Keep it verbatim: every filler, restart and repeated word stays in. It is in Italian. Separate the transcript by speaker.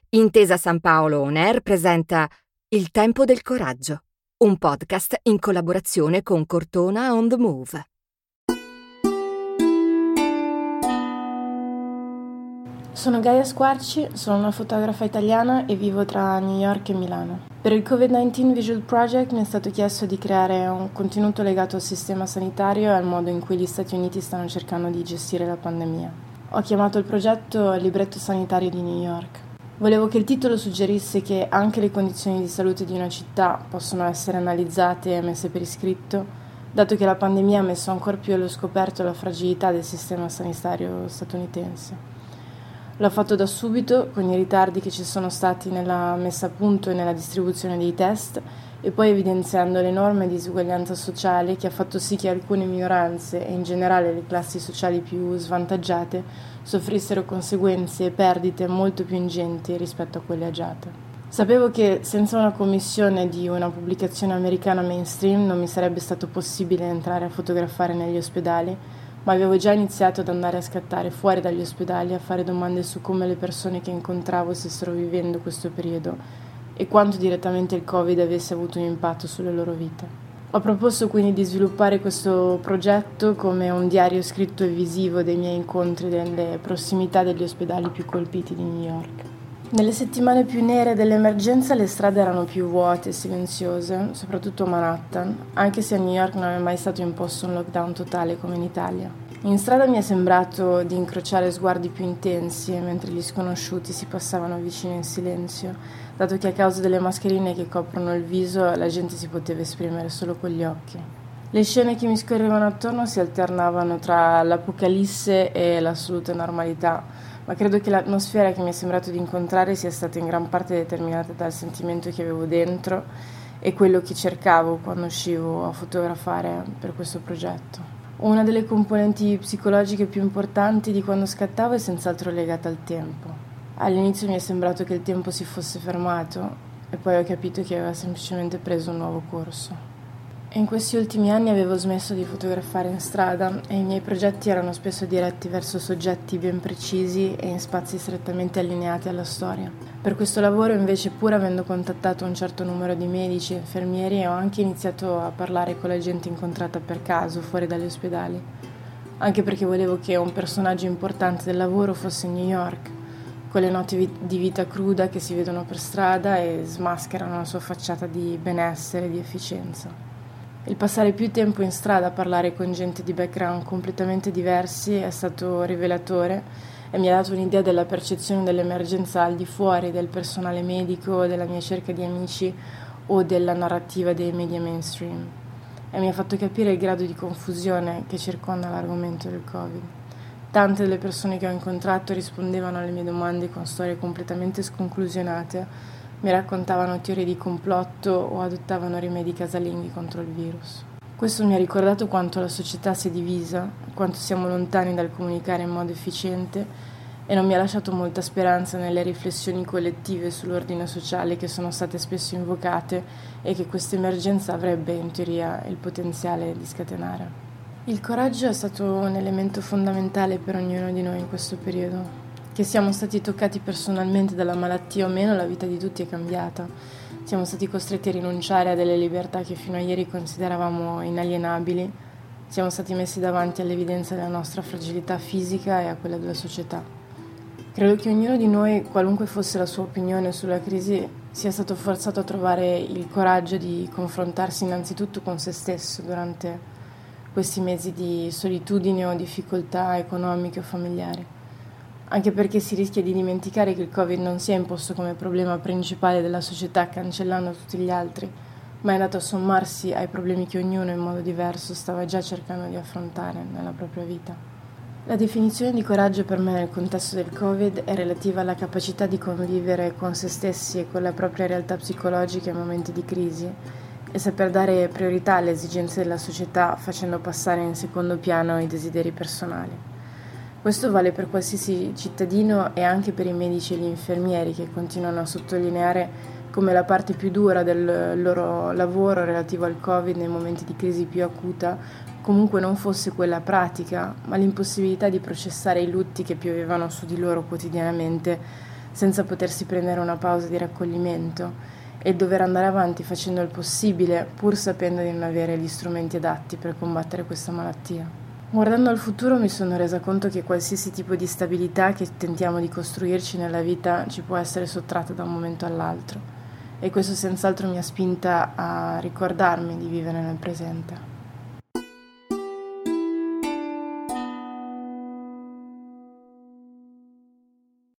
Speaker 1: Intesa San Paolo On Air presenta Il tempo del coraggio, un podcast in collaborazione con Cortona on the Move.
Speaker 2: Sono Gaia Squarci, sono una fotografa italiana e vivo tra New York e Milano. Per il covid diciannove Visual Project mi è stato chiesto di creare un contenuto legato al sistema sanitario e al modo in cui gli Stati Uniti stanno cercando di gestire la pandemia. Ho chiamato il progetto Libretto sanitario di New York. Volevo che il titolo suggerisse che anche le condizioni di salute di una città possono essere analizzate e messe per iscritto, dato che la pandemia ha messo ancora più allo scoperto la fragilità del sistema sanitario statunitense. L'ho fatto da subito, con i ritardi che ci sono stati nella messa a punto e nella distribuzione dei test, e poi evidenziando l'enorme disuguaglianza sociale che ha fatto sì che alcune minoranze e in generale le classi sociali più svantaggiate soffrissero conseguenze e perdite molto più ingenti rispetto a quelle agiate. Sapevo che senza una commissione di una pubblicazione americana mainstream non mi sarebbe stato possibile entrare a fotografare negli ospedali, ma avevo già iniziato ad andare a scattare fuori dagli ospedali a fare domande su come le persone che incontravo stessero vivendo questo periodo e quanto direttamente il Covid avesse avuto un impatto sulle loro vite. Ho proposto quindi di sviluppare questo progetto come un diario scritto e visivo dei miei incontri nelle prossimità degli ospedali più colpiti di New York. Nelle settimane più nere dell'emergenza le strade erano più vuote e silenziose, soprattutto Manhattan, anche se a New York non è mai stato imposto un lockdown totale come in Italia. In strada mi è sembrato di incrociare sguardi più intensi mentre gli sconosciuti si passavano vicino in silenzio, dato che a causa delle mascherine che coprono il viso la gente si poteva esprimere solo con gli occhi. Le scene che mi scorrevano attorno si alternavano tra l'apocalisse e l'assoluta normalità, ma credo che l'atmosfera che mi è sembrato di incontrare sia stata in gran parte determinata dal sentimento che avevo dentro e quello che cercavo quando uscivo a fotografare per questo progetto. Una delle componenti psicologiche più importanti di quando scattavo è senz'altro legata al tempo. All'inizio mi è sembrato che il tempo si fosse fermato e poi ho capito che aveva semplicemente preso un nuovo corso. E in questi ultimi anni avevo smesso di fotografare in strada e i miei progetti erano spesso diretti verso soggetti ben precisi e in spazi strettamente allineati alla storia. Per questo lavoro invece, pur avendo contattato un certo numero di medici e infermieri, ho anche iniziato a parlare con la gente incontrata per caso fuori dagli ospedali, anche perché volevo che un personaggio importante del lavoro fosse New York, con le note di vita cruda che si vedono per strada e smascherano la sua facciata di benessere e di efficienza. Il passare più tempo in strada a parlare con gente di background completamente diversi è stato rivelatore e mi ha dato un'idea della percezione dell'emergenza al di fuori del personale medico, della mia cerca di amici o della narrativa dei media mainstream, e mi ha fatto capire il grado di confusione che circonda l'argomento del Covid. Tante delle persone che ho incontrato rispondevano alle mie domande con storie completamente sconclusionate, mi raccontavano teorie di complotto o adottavano rimedi casalinghi contro il virus. Questo mi ha ricordato quanto la società si è divisa, quanto siamo lontani dal comunicare in modo efficiente, e non mi ha lasciato molta speranza nelle riflessioni collettive sull'ordine sociale che sono state spesso invocate e che questa emergenza avrebbe in teoria il potenziale di scatenare. Il coraggio è stato un elemento fondamentale per ognuno di noi in questo periodo. Che siamo stati toccati personalmente dalla malattia o meno, la vita di tutti è cambiata. Siamo stati costretti a rinunciare a delle libertà che fino a ieri consideravamo inalienabili. Siamo stati messi davanti all'evidenza della nostra fragilità fisica e a quella della società. Credo che ognuno di noi, qualunque fosse la sua opinione sulla crisi, sia stato forzato a trovare il coraggio di confrontarsi innanzitutto con se stesso durante questi mesi di solitudine o difficoltà economiche o familiari. Anche perché si rischia di dimenticare che il Covid non si è imposto come problema principale della società cancellando tutti gli altri, ma è andato a sommarsi ai problemi che ognuno in modo diverso stava già cercando di affrontare nella propria vita. La definizione di coraggio per me nel contesto del Covid è relativa alla capacità di convivere con se stessi e con la propria realtà psicologica in momenti di crisi e saper dare priorità alle esigenze della società facendo passare in secondo piano i desideri personali. Questo vale per qualsiasi cittadino e anche per i medici e gli infermieri che continuano a sottolineare come la parte più dura del loro lavoro relativo al Covid nei momenti di crisi più acuta comunque non fosse quella pratica, ma l'impossibilità di processare i lutti che piovevano su di loro quotidianamente senza potersi prendere una pausa di raccoglimento e dover andare avanti facendo il possibile pur sapendo di non avere gli strumenti adatti per combattere questa malattia. Guardando al futuro mi sono resa conto che qualsiasi tipo di stabilità che tentiamo di costruirci nella vita ci può essere sottratta da un momento all'altro, e questo senz'altro mi ha spinta a ricordarmi di vivere nel presente.